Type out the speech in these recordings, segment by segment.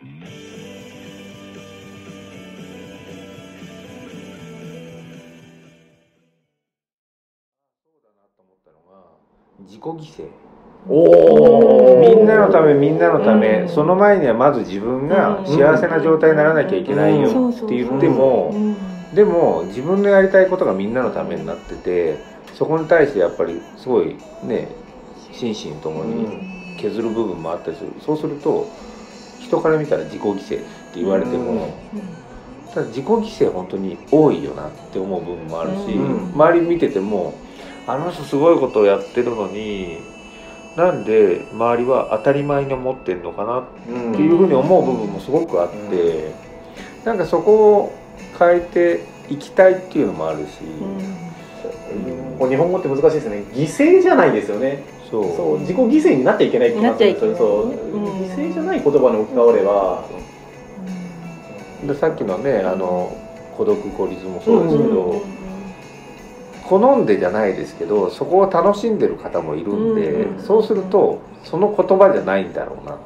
自己犠牲。みんなのためみんなのため、その前にはまず自分が幸せな状態にならなきゃいけないよって言っても、でも自分のやりたいことがみんなのためになってて、そこに対してやっぱりすごいね、心身ともに削る部分もあったりする。そうすると人から見たら自己犠牲って言われても、ただ自己犠牲本当に多いよなって思う部分もあるし、周り見ててもあの人すごいことをやってるのになんで周りは当たり前に思ってんのかなっていうふうに思う部分もすごくあって、なんかそこを変えていきたいっていうのもあるし、 日本語って難しいですね。犠牲じゃないですよね。そう自己犠牲になっちゃいけないって言いますよね。犠牲じゃない言葉に置き換われば、 でさっきのね孤独孤立もそうですけど、好んでじゃないですけどそこを楽しんでる方もいるんで、そうするとその言葉じゃないんだろうな。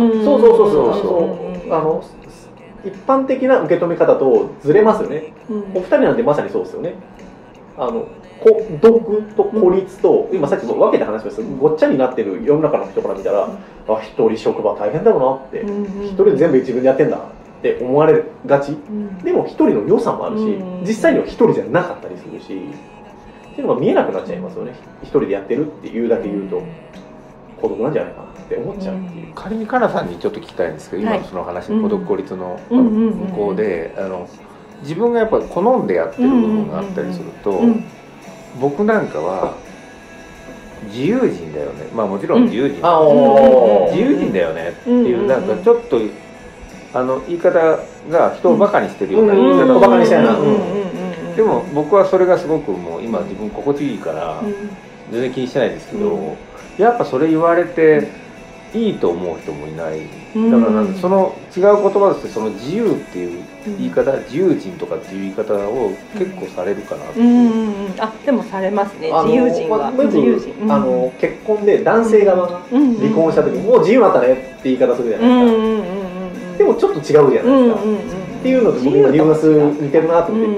一般的な受け止め方とずれますよね。お二人なんてまさにそうですよね。孤独と孤立と、今さっきも分けて話しましたけど、ごっちゃになってる世の中の人から見たら、一人職場大変だろうなって、一人で全部自分でやってんだって思われがち。でも一人の良さもあるし、実際には一人じゃなかったりするし、っていうのが見えなくなっちゃいますよね。一人でやってるっていうだけ言うと孤独なんじゃないかなって思っちゃうっていう。 仮にかなさんにちょっと聞きたいんですけど、今のその話の孤独孤立の向こうで自分がやっぱ好んでやってる部分があったりすると、僕なんかは自由人だよね、まあもちろん自由人、自由人だよねっていう、なんかちょっと言い方が人をバカにしてるような言い方をバカにしたいな。でも僕はそれがすごくもう今自分心地いいから全然気にしてないですけど、やっぱそれ言われていいと思う人もいない。だからその違う言葉としてその自由っていう言い方、自由人とかっていう言い方を結構されるかなって。 でもされますね。自由人は自由人。 結婚で男性側が離婚した時にもう自由になったねって言い方するじゃないですか。でもちょっと違うじゃないですか。っていうのと僕今ニュアンス似てるなと思って。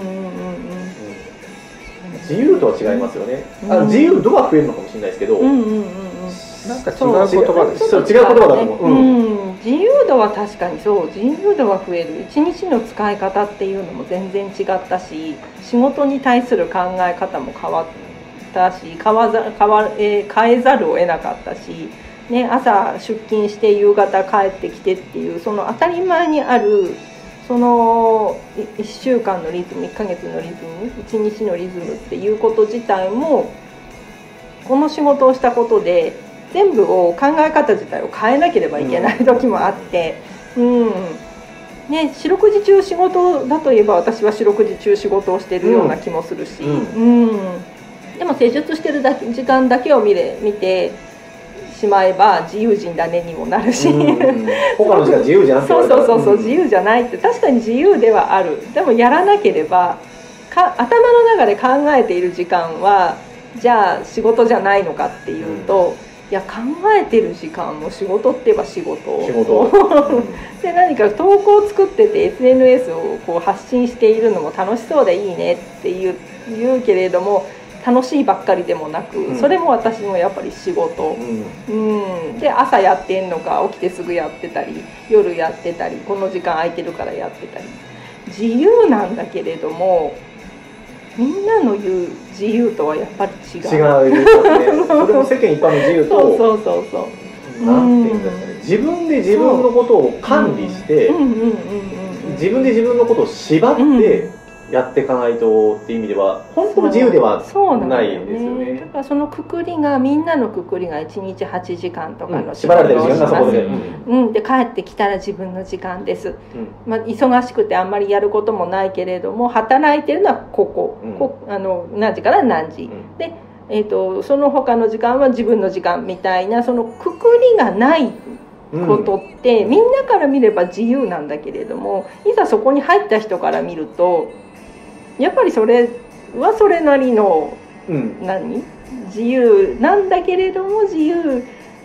自由とは違いますよね。自由度は増えるのかもしれないですけど、 なんか違う言葉です。 違う言葉だと思う。 自由度は確かにそう、自由度は増える。一日の使い方っていうのも全然違ったし、仕事に対する考え方も変わったし、変えざるを得なかったし、ね、朝出勤して夕方帰ってきてっていうその当たり前にあるその1週間のリズム、1ヶ月のリズム、1日のリズムっていうこと自体もこの仕事をしたことで全部を考え方自体を変えなければいけない時もあって、ね、四六時中仕事だといえば私は四六時中仕事をしてるような気もするし、でも施術してる時間だけを見てしまえば自由人だねにもなるし、 他の時間自由じゃんって言われたらそう自由じゃないって確かに自由ではある。でもやらなければ頭の中で考えている時間はじゃあ仕事じゃないのかっていうと、いや考えてる時間も仕事って言えば仕事で、何か投稿を作ってて SNS をこう発信しているのも楽しそうでいいねって言うけれども、楽しいばっかりでもなく、それも私もやっぱり仕事、で朝やってんのか起きてすぐやってたり夜やってたりこの時間空いてるからやってたり、自由なんだけれどもみんなの言う自由とはやっぱり違う。 それも世間一般の自由となんていうんですかね、自分で自分のことを管理して自分で自分のことを縛ってやっていかないとっていう意味では本当の自由ではないんですよね。 だからそのくくりがみんなのくくりが1日8時間とかの縛られてる時間がそこで、 で帰ってきたら自分の時間です、忙しくてあんまりやることもないけれども働いてるのはこ何時から何時、で、その他の時間は自分の時間みたいなそのくくりがないことって、みんなから見れば自由なんだけれども、いざそこに入った人から見るとやっぱりそれはそれなりの、自由なんだけれども自由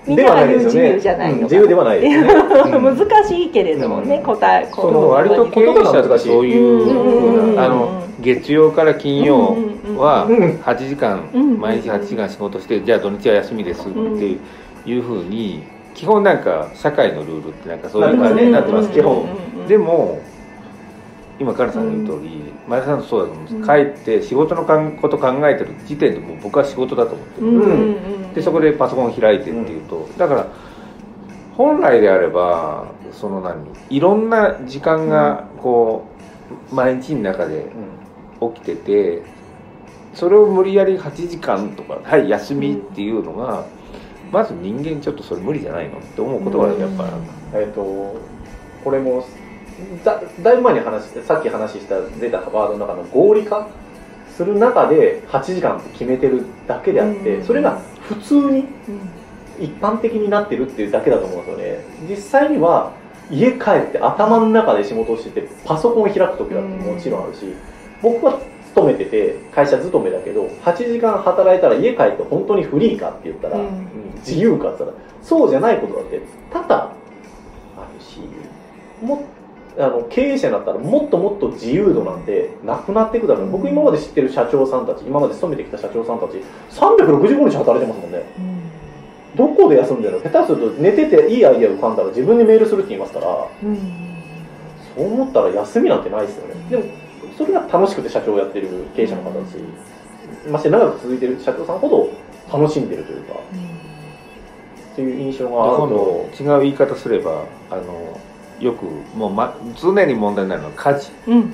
みんなが言う自由じゃないのか、 自由ではないですね。 難しいけれどもね、答え割と経営者ってそういう風な月曜から金曜は8時間毎日8時間仕事して、じゃあ土日は休みですっていう風に基本なんか社会のルールってなんかそういう感じになってますけど、でも今カナさんが言う通り、前田さんとそうだと思うんです。帰って仕事のこと考えてる時点でもう僕は仕事だと思ってる。でそこでパソコン開いてっていうと、だから本来であればそのいろんな時間がこう毎日の中で起きてて、それを無理やり8時間とかはい休みっていうのがまず人間ちょっとそれ無理じゃないのって思うことはやっぱこれもだいぶ前にさっき話した出たワードの中の合理化する中で8時間って決めてるだけであって、それが普通に一般的になってるっていうだけだと思うんですよね。実際には家帰って頭の中で仕事をしててパソコンを開く時だってもちろんあるし、僕は勤めてて会社勤めだけど8時間働いたら家帰って本当にフリーかって言ったら、自由かって言ったらそうじゃないことだって多々あるし、経営者になったらもっともっと自由度なんてなくなっていくだろう。僕今まで知ってる社長さんたち、今まで勤めてきた社長さんたち365日働いてますもんね。どこで休んでるの？下手すると寝てていいアイデア浮かんだら自分にメールするって言いますから、そう思ったら休みなんてないですよね。でもそれが楽しくて社長をやってる経営者の方だし、まして長く続いてる社長さんほど楽しんでるというか、っていう印象があると。 違う言い方すればよくもう、常に問題になるのは家事。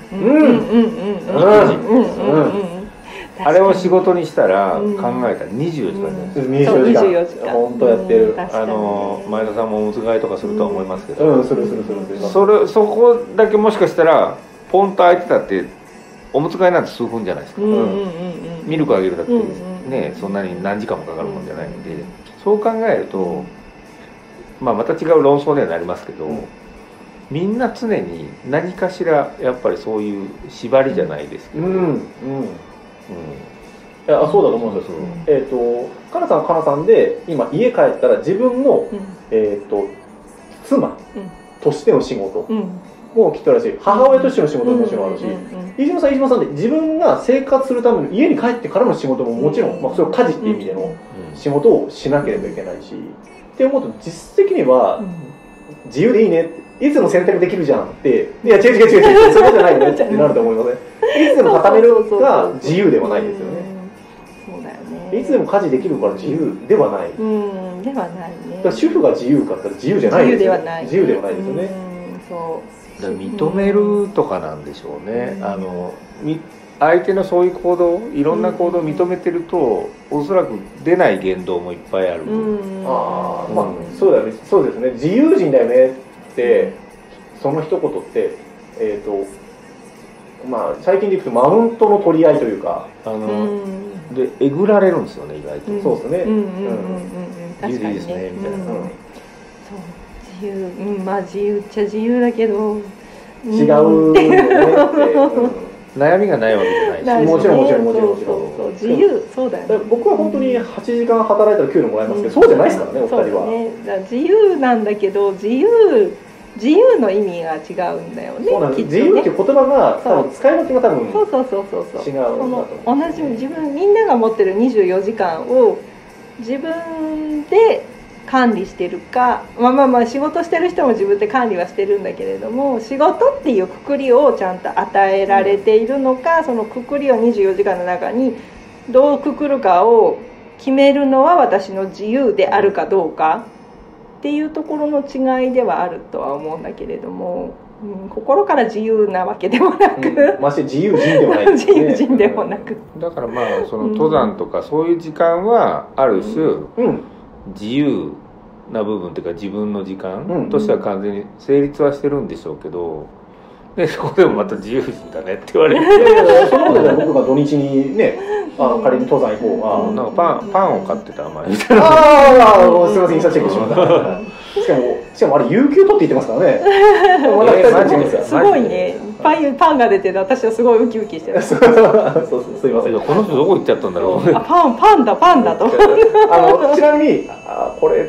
あれを仕事にしたら考えたら24時間です。 24時間本当やってる。 前田さんもおむつ替えとかするとは思いますけど、 するそこだけもしかしたらポンと空いてたっておむつ替えなんて数分じゃないですか。ミルクあげるだけね、そんなに何時間もかかるもんじゃないんで、そう考えるとまた違う論争にはなりますけど、みんな常に何かしらやっぱりそういう縛りじゃないですけど、 いやそうだと思うんですよ。かなさんはかなさんで今家帰ったら自分の、妻としての仕事もきっとあるし、母親としての仕事ももちろんあるし、飯島さんで自分が生活するための家に帰ってからの仕事ももちろん、それを家事っていう意味での仕事をしなければいけないし、って思うと実質的には自由でいいねって。いつも選択できるじゃんって、いや違うそういうことじゃないよねってなると思いますね。いつでも固めるが自由ではないですよね。 そうだよね。 いつでも家事できるから自由ではない。 ではないね。 だから主婦が自由かって自由じゃないですよね。自由ではないですよね。 そう。認めるとかなんでしょうね。相手のそういう行動、いろんな行動を認めてると、おそらく出ない言動もいっぱいある。 そうだよね。そうですね。自由人だよね。でその一言って最近でいくとマウントの取り合いというかでえぐられるんですよね、意外と。 そうですね。 自由でいいですねみたいな。 そう自由っちゃ自由だけど違うよね。 悩みがないわけじゃないし、 もちろん自由、そうだよね。 僕は本当に8時間働いたら給料もらえますけど、そうじゃないですからね、お二人は。 自由なんだけど自由の意味が違うんだよね。 そうなんです。自由っていう言葉が多分使い分けが多分違うんだと思う。同じみんなが持ってる24時間を自分で管理してるか、仕事してる人も自分で管理はしてるんだけれども、仕事っていうくくりをちゃんと与えられているのか、そのくくりを24時間の中にどうくくるかを決めるのは私の自由であるかどうかっていうところの違いではあるとは思うんだけれども、心から自由なわけでもなく、 まして自由人でもないですね。 自由人でもなく、 だからその登山とかそういう時間はある種、自由な部分というか自分の時間としては完全に成立はしてるんでしょうけど、そこでもまた自由人だねって言われて、そのことで僕が土日にね仮に登山行こうがなんかパンを買ってた前みたいな。すいません、インスタチェックしました。しかもあれ有給取って言ってますからね。 すごいね、いっぱいパンが出てて私はすごいウキウキしてる。 すいません、 この人どこ行っちゃったんだろう。 パンだと。 ちなみにこれ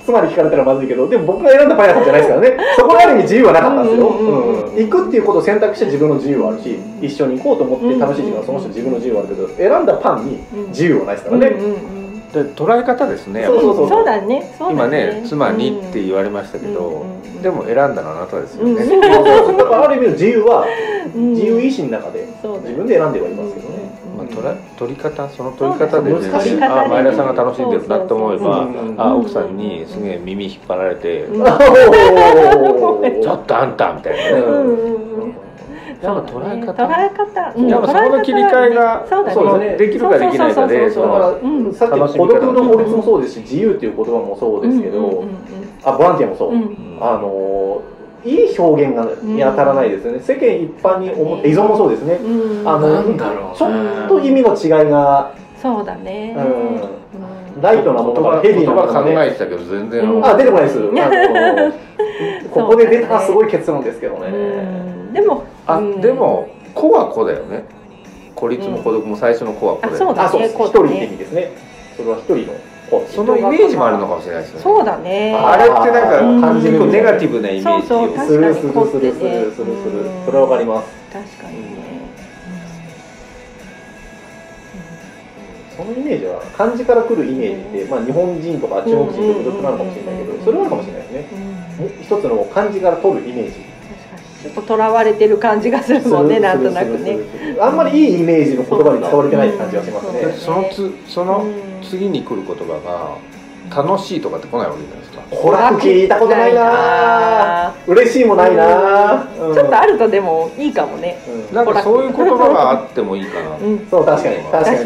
妻に聞かれたらまずいけど、でも僕が選んだパン屋さんじゃないですからね。そこにある意味自由はなかったんですよ。行くっていうことを選択して自分の自由はあるし、一緒に行こうと思って楽しい時間はその人自分の自由はあるけど、選んだパンに自由はないですからね。 で捉え方ですね。 そうだね。 今ね、妻にって言われましたけど、でも選んだのはあなたですよね。 だからある意味の自由は自由意志の中で自分で選んではいますけどね。 取り方、その取り方で全然、あ、前田さんが楽しんでるなと思えば、あ、奥さんにすげえ耳引っ張られて、ちょっとあんたみたいなね。やっぱ捉え方、やっぱそこの切り替えができるかできないかで、 さっきの孤独の法律もそうですし、自由っていう言葉もそうですけど、あ、ボランティアもそう、いい表現がに当たらないですよね。世間一般に思って依存もそうですね。 なんだろう、 ちょっと意味の違いが、 そうだね。 ライトなものがヘビーなものが考えてたけど全然出てこないです。ここで出たらすごい結論ですけどね。 でも子は子だよね。孤立も孤独も最初の子は子だよね。 そうだね。 一人って意味ですね。それは一人の子。 そのイメージもあるのかもしれないですよね。 そうだね。 あれってなんか感じるネガティブなイメージをする。それはわかります。 確かにね。 そのイメージは漢字から来るイメージって、まあ日本人とか中国人と孤独なのかもしれないけど、それはあるかもしれないですね。一つの漢字から取るイメージ。 ちょっととらわれてる感じがするもんね、なんとなくね。 あんまりいいイメージの言葉に使われてない感じがしますね。 その次に来る言葉が楽しいとかって来ないわけじゃないですか。 これ聞いたことないな。嬉しいもないな。 ちょっとあるとでもいいかもね。 なんかそういう言葉があってもいいかな。 そう、確かに。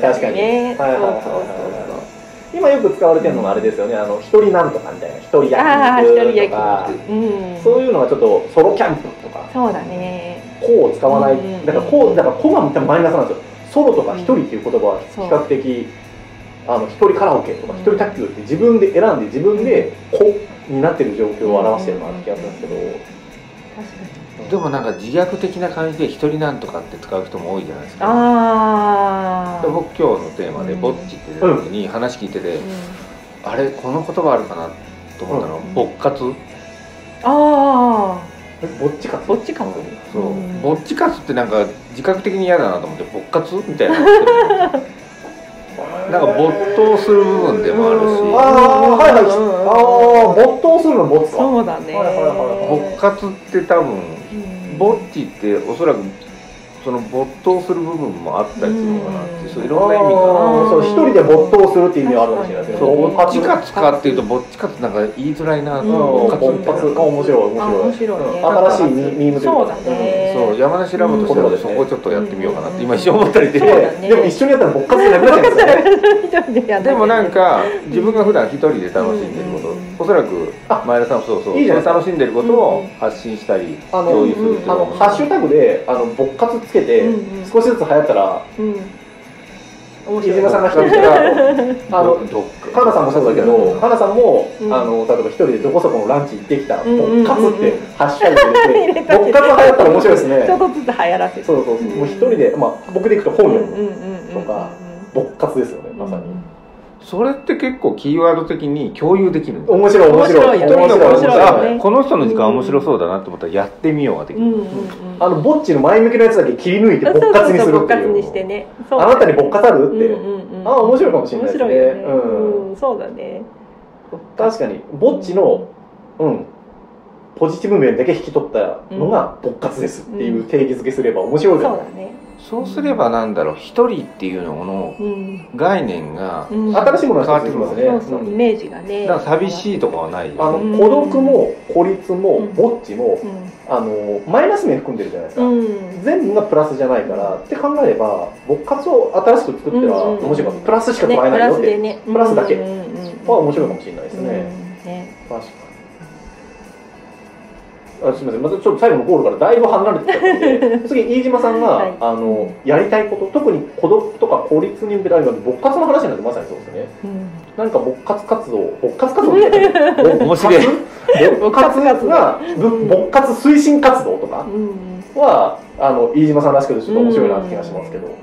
今よく使われてるのがあれですよね。一人なんとかみたいな、一人焼き肉とか、そういうのがちょっとソロキャンプとか。 そうだね。 こう使わない。だからこが多分マイナスなんですよ。ソロとか一人っていう言葉は比較的一人カラオケとか一人卓球って自分で選んで自分で子になってる状況を表してるなって気がするんですけど。 確かに。 でもなんか自虐的な感じで一人なんとかって使う人も多いじゃないですか。僕今日のテーマでぼっちって出た時に話聞いてて、あれこの言葉あるかなと思ったの、ぼっかつ。 ぼっち活。 ぼっち活。 そう、ぼっち活ってなんか自覚的に嫌だなと思って、ぼっかつみたいな。なんか没頭する部分でもあるし。 没頭するの没か。 そうだね。 ぼっかつって多分、ぼっちっておそらくその没頭する部分もあったりするのかなって、そういろんな意味が。 そう、一人で没頭するっていう意味はあるかもしれないですけど。 ぼっち活かっていうとぼっち活なんか言いづらいな。ぼっかつみたいな。 面白い。新しいミームというか。 そうだね。 そう、山梨ラボとしてはそこをちょっとやってみようかなって今一瞬思ったりで。 でも一緒にやったらぼっかつじゃなくなっちゃうんですよね。 でもなんか自分が普段一人で楽しんでること、おそらく前田さんもそう楽しんでることを発信したり共有する。 ハッシュタグでぼっかつつけて少しずつ流行ったら、飯島さんが一人でかなさんもそうだけど、かなさんも例えば一人でどこそこのランチ行ってきたぼっかつってハッシュタグ入れてぼっかつ流行ったら面白いですね。 ちょっとずつ流行らせて。 そうもう一人で、僕で行くと本読むとかぼっかつですよね、まさに。 それって結構キーワード的に共有できるんです。 面白い。 この人の時間面白そうだなと思ったらやってみようができる。 ぼっちの前向きなやつだけ切り抜いてぼっかつにするっていう。あなたにぼっかつあるって。面白いかもしれないですね。 そうだね。 確かにぼっちのポジティブ面だけ引き取ったのがぼっかつですっていう定義づけすれば面白いからね。 そうすればなんだろう、一人っていうのの概念が新しいものが変わってきますね。 イメージがね。 だから寂しいとかはない。 孤独も孤立もぼっちもマイナス面含んでるじゃないですか。全部がプラスじゃないからって考えれば、ぼっかつを新しく作っては面白い。プラスしか捉えないよって、プラスだけは面白いかもしれないですね。確かに。すみません、またちょっと最後のゴールからだいぶ離れてきたので、次飯島さんがやりたいこと、特に孤独とか孤立に向けてあるので、ぼっかつの話なんてまさにそうですね。なんかぼっかつ活動みたいな。面白い。ぼっかつがぼっかつ推進活動とかは飯島さんらしくてちょっと面白いなって気がしますけど。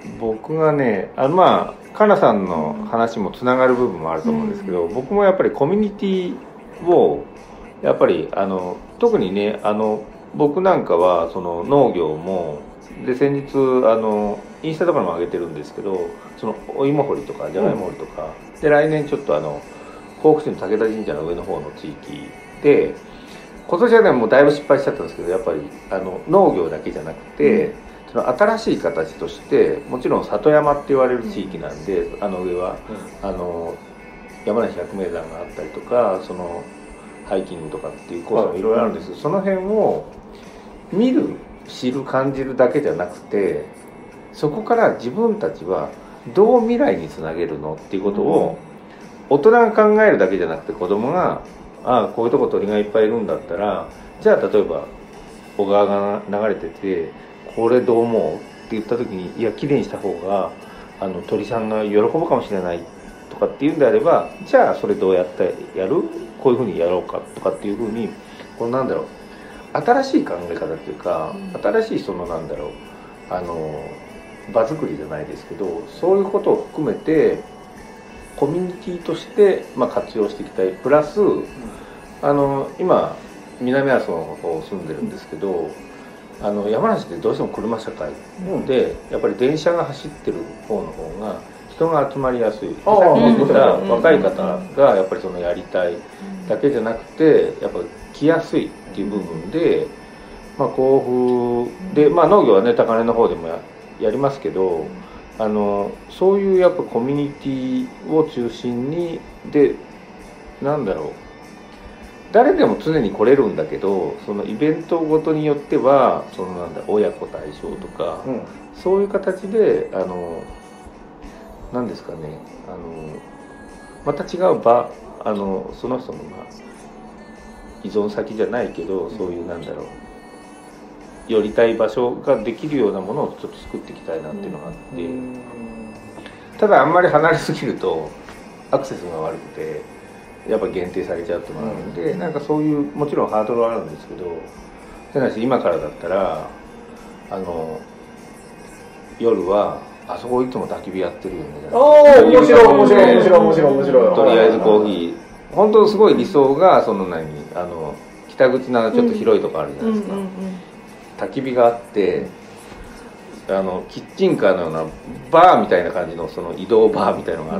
僕がねまあかなさんの話もつながる部分もあると思うんですけど、僕もやっぱりコミュニティをやっぱり特にね僕なんかはその農業もで先日インスタとかにも上げてるんですけど、そのお芋掘りとかじゃがいも掘りとか、で来年ちょっと甲府市の武田神社の上の方の地域で今年はねもうだいぶ失敗しちゃったんですけど、やっぱり農業だけじゃなくて、その新しい形としてもちろん里山って言われる地域なんで、上は、山梨百名山があったりとか、そのハイキングとかっていうコースもいろいろあるんですけど、その辺を見る知る感じるだけじゃなくて、そこから自分たちはどう未来につなげるのっていうことを大人が考えるだけじゃなくて、子供がこういうとこ鳥がいっぱいいるんだったら、じゃあ例えば小川が流れててこれどう思うって言った時に、いやきれいにした方が鳥さんが喜ぶかもしれないとかっていうんであれば、じゃあそれどうやってやる、こういうふうにやろうかとかっていうふうに、こうなんだろう、新しい考え方っていうか、新しいそのなんだろう場作りじゃないですけど、そういうことを含めてコミュニティとして、活用していきたい。プラス今南阿蘇の方住んでるんですけど、山梨ってどうしても車社会で、やっぱり電車が走ってる方の方が人が集まりやすい。さっき言った若い方がやっぱりそのやりたいだけじゃなくて、やっぱ来やすいっていう部分で、甲府で、農業はね高根の方でもやりますけど、そういうやっぱコミュニティを中心にで、なんだろう、誰でも常に来れるんだけど、そのイベントごとによってはそのなんだ親子対象とか、そういう形でなんですかね、また違う場、その人の依存先じゃないけど、そういうなんだろう、寄りたい場所ができるようなものをちょっと作っていきたいなっていうのがあって、ただあんまり離れすぎるとアクセスが悪くてやっぱ限定されちゃうっていうのがあるんで、なんかそういうもちろんハードルはあるんですけど、じゃないし今からだったら夜はあそこいつも焚き火やってるよね。 面白い面白い面白い面白い面白い。 とりあえずコーヒー、本当すごい理想がその北口のちょっと広いとこあるじゃないですか。焚き火があってキッチンカーのようなバーみたいな感じのその移動バーみたいのがあって、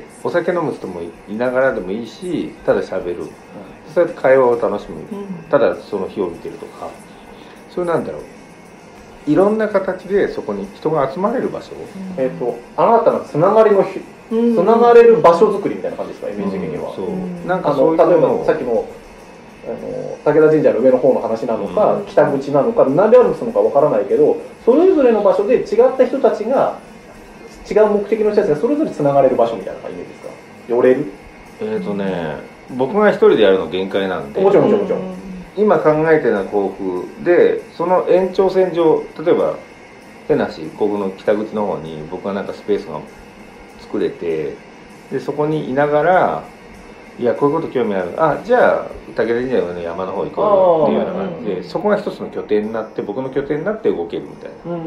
お酒飲む人もいながらでもいいし、ただ喋る、そうやって会話を楽しむ、ただその火を見てるとか、そういうなんだろう、いろんな形でそこに人が集まれる場所、 新たなつながりのつながれる場所づくりみたいな感じですか、イメージ的には。 なんかそういう例えばさっきの武田神社の上の方の話なのか、北口なのか、何であるのかわからないけど、それぞれの場所で違った人たちが、違う目的の人たちがそれぞれつながれる場所みたいなイメージですか。寄れる？ 僕が一人でやるの限界なんで、 もちろんもちろん。 今考えてるのは甲府で、その延長線上、例えば手なし甲府の北口の方に僕がなんかスペースが作れて、でそこにいながら、いやこういうこと興味ある、じゃあ武田神社の山の方行こうよっていうような感じで、そこが一つの拠点になって、僕の拠点になって動けるみたいな。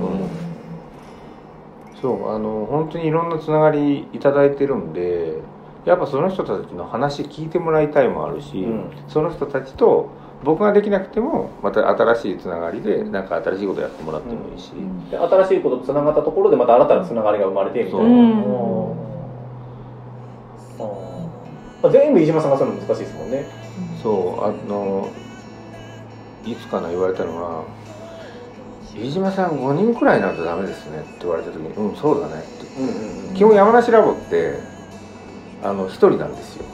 そう本当にいろんなつながりいただいてるんで、やっぱその人たちの話聞いてもらいたいもあるし、その人たちと僕ができなくてもまた新しいつながりでなんか新しいことやってもらってもいいし、 で新しいこととつながったところでまた新たなつながりが生まれてみたいな。全部飯島さんがするの難しいですもんね。 そういつかな言われたのは、飯島さん5人くらいになるとダメですねって言われた時に、そうだねって、基本山梨ラボって1人なんですよ。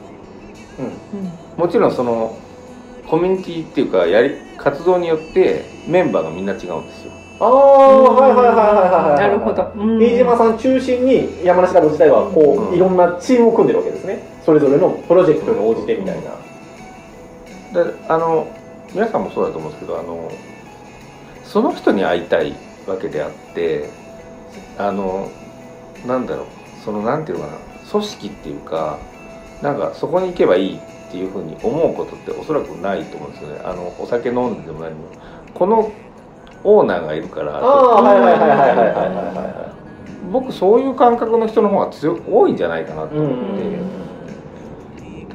もちろんそのコミュニティっていうか活動によってメンバーがみんな違うんですよ。 なるほど。 飯島さん中心に山梨ラボ自体はこう、いろんなチームを組んでるわけですね。それぞれのプロジェクトに応じてみたいな。 で皆さんもそうだと思うんですけど、その人に会いたいわけであって、なんだろう、なんていうのかな、組織っていうか、なんかそこに行けばいいっていうふうに思うことっておそらくないと思うんですよね。お酒飲んででも何も、このオーナーがいるから、僕そういう感覚の人の方が多いんじゃないかなと思って、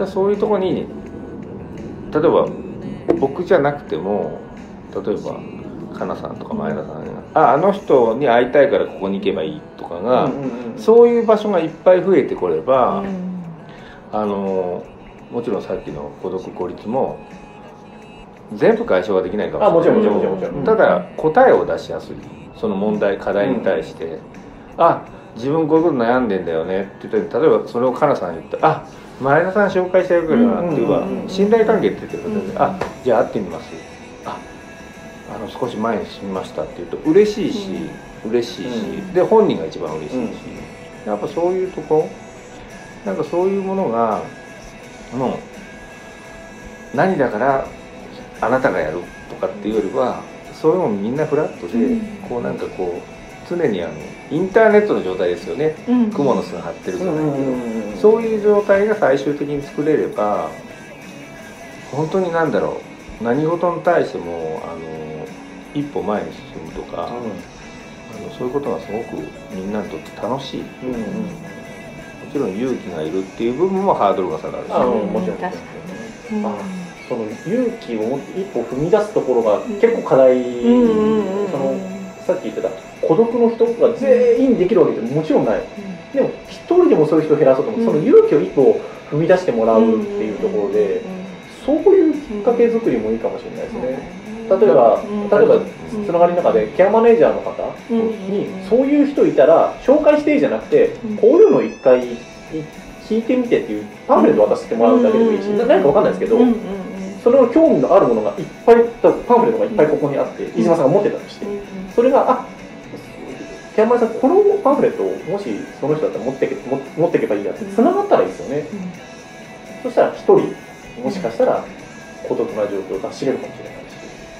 そういうところに例えば僕じゃなくても、例えばかなさんとか前田さんがあの人に会いたいからここに行けばいいとかが、そういう場所がいっぱい増えてこれば、もちろんさっきの孤独孤立も全部解消はできないかもしれない。もちろん。ただ答えを出しやすい、その問題課題に対して、自分こういうこと悩んでんだよねって言って、例えばそれをかなさんに言った前田さん紹介してあげるからっていう信頼関係って言ってることで、じゃあ会ってみます、少し前に進みましたって言うと嬉しいし、で本人が一番嬉しいし、やっぱそういうとこ、なんかそういうものがもう何だからあなたがやるとかっていうよりは、そういうのみんなフラットで、こうなんかこう常にインターネットの状態ですよね、蜘蛛の巣が張ってるじゃないけど、そういう状態が最終的に作れれば、本当に何だろう、何事に対しても一歩前に進むとか、そういうことがすごくみんなにとって楽しい。もちろん勇気がいるっていう部分もハードルが下がるし、 もちろんその勇気を持って一歩踏み出すところが結構課題、さっき言ってた孤独の人が全員できるわけってもちろんない、でも一人でもそういう人を減らそうと思う、その勇気を一歩踏み出してもらうっていうところで、そういうきっかけ作りもいいかもしれないですね。例えばつながりの中でケアマネージャーの方にそういう人いたら紹介していいじゃなくて、こういうのを一回聞いてみてっていうパンフレットを渡してもらうだけでもいいし、何かわかんないですけど、それの興味のあるものがいっぱい、パンフレットがいっぱいここにあって、飯島さんが持ってたとして、それがケアマネさんこのパンフレットをもしその人だったら持っていけばいいやってつながったらいいですよね。そしたら一人もしかしたら孤独な状況が知れるかもしれないし。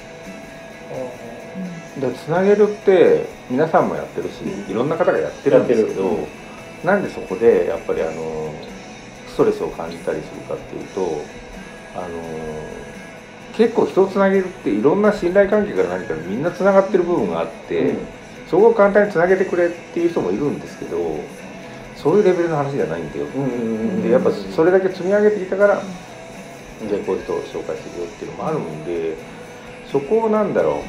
でつなげるって皆さんもやってるし、いろんな方がやってるんですけど、なんでそこでやっぱりストレスを感じたりするかっていうと、結構人をつなげるっていろんな信頼関係から何かみんなつながってる部分があって、そこを簡単につなげてくれっていう人もいるんですけど、そういうレベルの話じゃないんだよ。でやっぱそれだけ積み上げてきたから、じゃあこういう人を紹介してくれっていうのもあるんで、そこをなんだろう、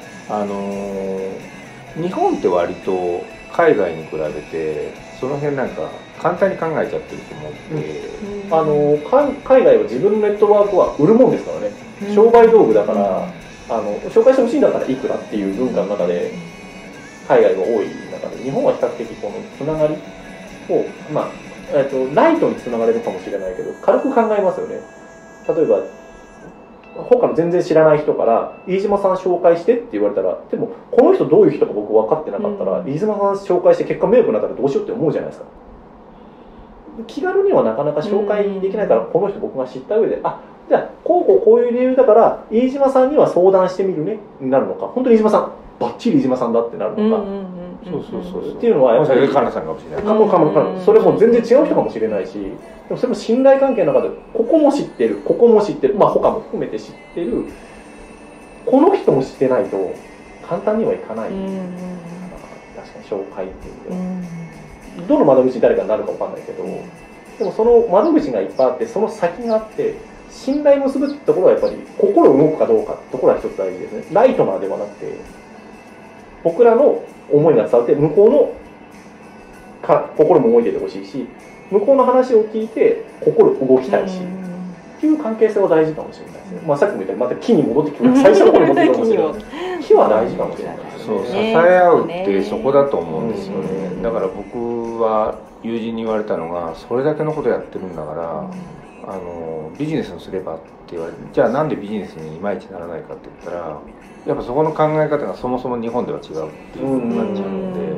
日本って割と海外に比べてその辺なんか簡単に考えちゃってると思って、 海外は自分のネットワークは売るもんですからね、商売道具だから、紹介してほしいんだったらいくらっていう文化の中で海外が多い中で、日本は比較的このつながりを、ライトにつながれるかもしれないけど軽く考えますよね。例えば他の全然知らない人から「飯島さん紹介して」って言われたら、でもこの人どういう人か僕分かってなかったら、飯島さん紹介して結果迷惑になったらどうしようって思うじゃないですか。気軽にはなかなか紹介できないから、この人僕が知った上で「じゃあこういう理由だから飯島さんには相談してみるね」になるのか、本当に飯島さんバッチリ飯島さんだってなるのか、っていうのはやっぱりかなさんかもしれない、 それも全然違う人かもしれないし、でもそれも信頼関係の中でここも知ってる、ここも知ってる、他も含めて知ってる、この人も知ってないと簡単にはいかない、確かに紹介っていう意味では、どの窓口に誰かになるか分かんないけど、でもその窓口がいっぱいあって、その先があって、信頼を結ぶってところはやっぱり心動くかどうかってところは一つ大事ですね。ライトなではなくて、僕らの思いが伝わって向こうの心も動いててほしいし、向こうの話を聞いて心動きたいし、っていう関係性は大事かもしれないですね。さっきも言ったようにまた木に戻ってきて、最初のところに戻ってくるかもしれない。木は大事かもしれないですね。 支え合うってそこだと思うんですよね。だから僕は友人に言われたのが、それだけのことやってるんだからビジネスにすればって言われて、じゃあなんでビジネスにいまいちならないかって言ったら、やっぱそこの考え方がそもそも日本では違うっていうことになっちゃうので、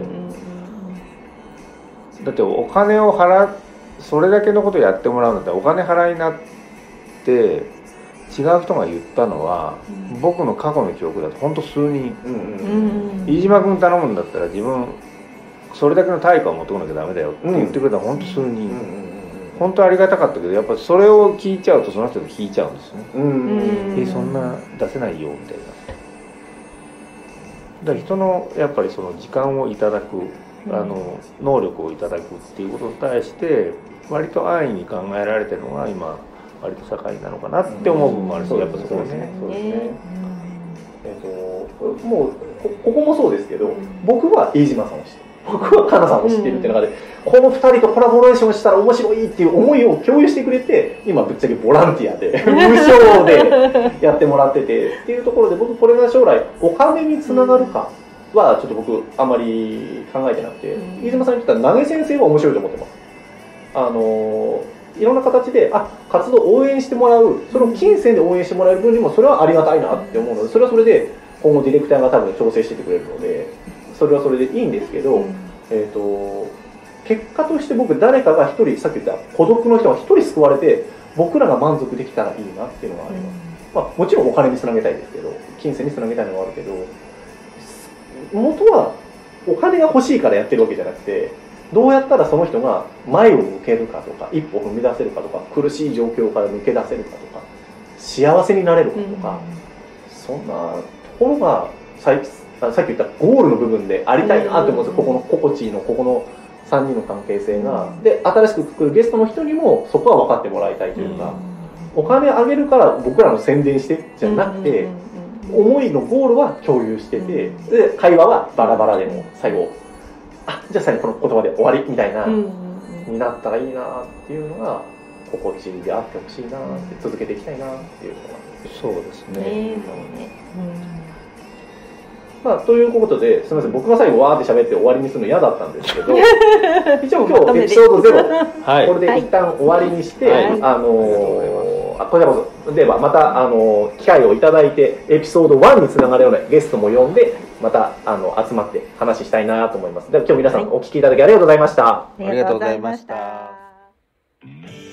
だってお金をそれだけのことやってもらうんだったらお金払いになって違う人が言ったのは、僕の過去の記憶だと本当数人、飯島君頼むんだったら自分それだけの対価を求めなきゃダメだよって言ってくれたら本当数人、本当ありがたかったけど、やっぱそれを聞いちゃうとその人が引いちゃうんですね。そんな出せないよみたいな。 だから人のやっぱりその時間をいただく能力をいただくっていうことに対して割と安易に考えられてるのが今割と社会なのかなって思う部分もあるし、やっぱそこはね。 そうですね。もうここもそうですけど、僕は飯島さんを知ってる、僕はかなさんを知ってるって中で、この2人とコラボレーションしたら面白いっていう思いを共有してくれて、今ぶっちゃけボランティアで無償でやってもらっててっていうところで、僕これが将来お金につながるかはちょっと僕あんまり考えてなくて、飯島さんに言ったら投げ先生は面白いと思ってます。いろんな形で活動を応援してもらう、それを金銭で応援してもらえる分にもそれはありがたいなって思うので、それはそれで今後ディレクターが多分調整しててくれるので、それはそれでいいんですけど、結果として僕誰かが一人、さっき言った孤独の人が一人救われて僕らが満足できたらいいなっていうのがあります。もちろんお金につなげたいですけど、金銭につなげたいのがあるけど、元はお金が欲しいからやってるわけじゃなくて、どうやったらその人が前を向けるかとか、一歩踏み出せるかとか、苦しい状況から抜け出せるかとか、幸せになれるかとか、そんなところがさっき言ったゴールの部分でありたいなって思うんですよ。ここの心地のここの3人の関係性が、で新しく来るゲストの人にもそこは分かってもらいたいというか、お金あげるから僕らの宣伝してじゃなくて、思いのゴールは共有してて、で会話はバラバラでも最後じゃあ最後この言葉で終わりみたいな、になったらいいなっていうのが心地であってほしいなって、続けていきたいなっていうのが。 そうですね。 ということで、すみません、僕が最後わーって喋って終わりにするの嫌だったんですけど一応今日エピソード0、これで一旦終わりにして、こちらこそではまた機会をいただいてエピソード1につながるようなゲストも呼んで、また集まって話したいなと思います。では今日皆さんお聞きいただきありがとうございました。 ありがとうございました。